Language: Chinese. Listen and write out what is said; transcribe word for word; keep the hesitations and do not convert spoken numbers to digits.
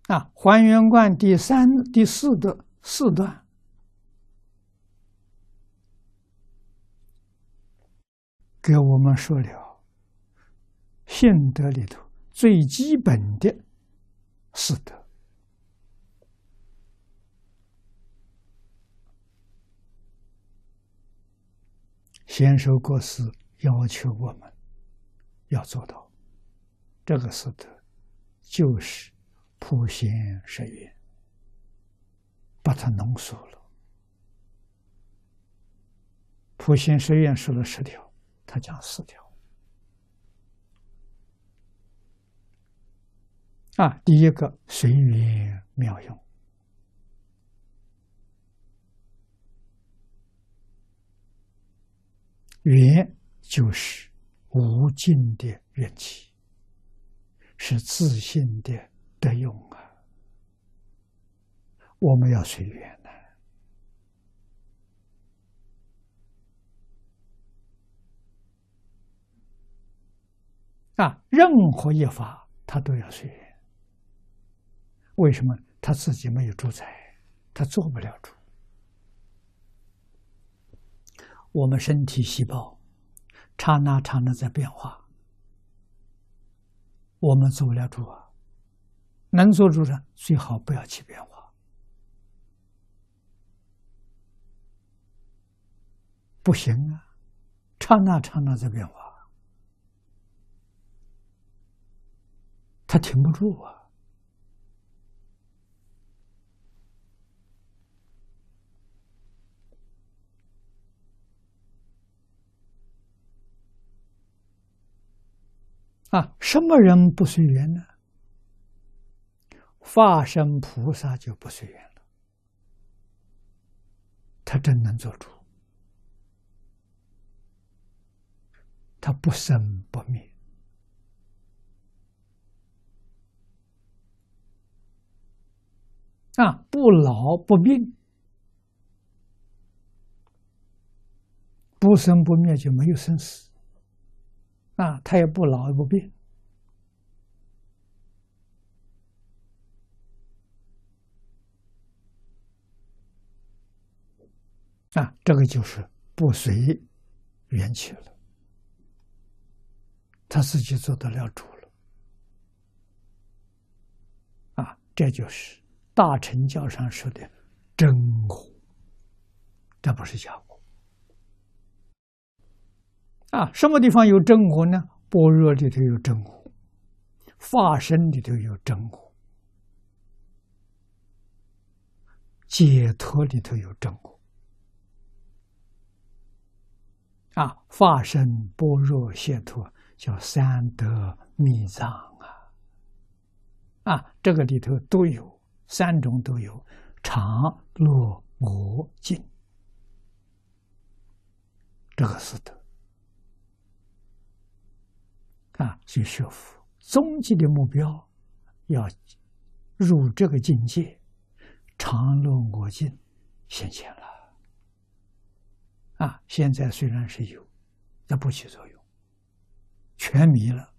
啊，还原观第三、第四的四段，给我们说了信德里头最基本的四德。先手国师要求我们要做到，这个四德就是普贤十愿，把它浓缩了。普贤十愿说了十条，他讲四条。啊，第一个随缘妙用，缘就是无尽的缘起，是自性的德用啊。我们要随缘呢。啊，任何一法他都要随缘。为什么？他自己没有主宰，他做不了主。我们身体细胞刹那刹那在变化，我们做不了主啊。能做主的最好不要起变化，不行啊，刹那刹那在变化，他停不住啊。啊，什么人不随缘呢？化身菩萨就不随缘了，他真能做主，他不生不灭。啊，不老不病，不生不灭就没有生死。啊，他也不老也不病。啊，这个就是不随缘起了，他自己做得了主了。啊，这就是大乘教上说的真我，这不是假我。啊，什么地方有真我呢？般若里头有真我，法身里头有真我，解脱里头有真我。啊，法身、般若、解脱叫三德密藏啊！啊，这个里头都有，三种都有，常、乐、我、净，这个是德。啊，所以学佛终极的目标要入这个境界，常乐我净显现了。啊，现在虽然是有，那不起作用，全迷了。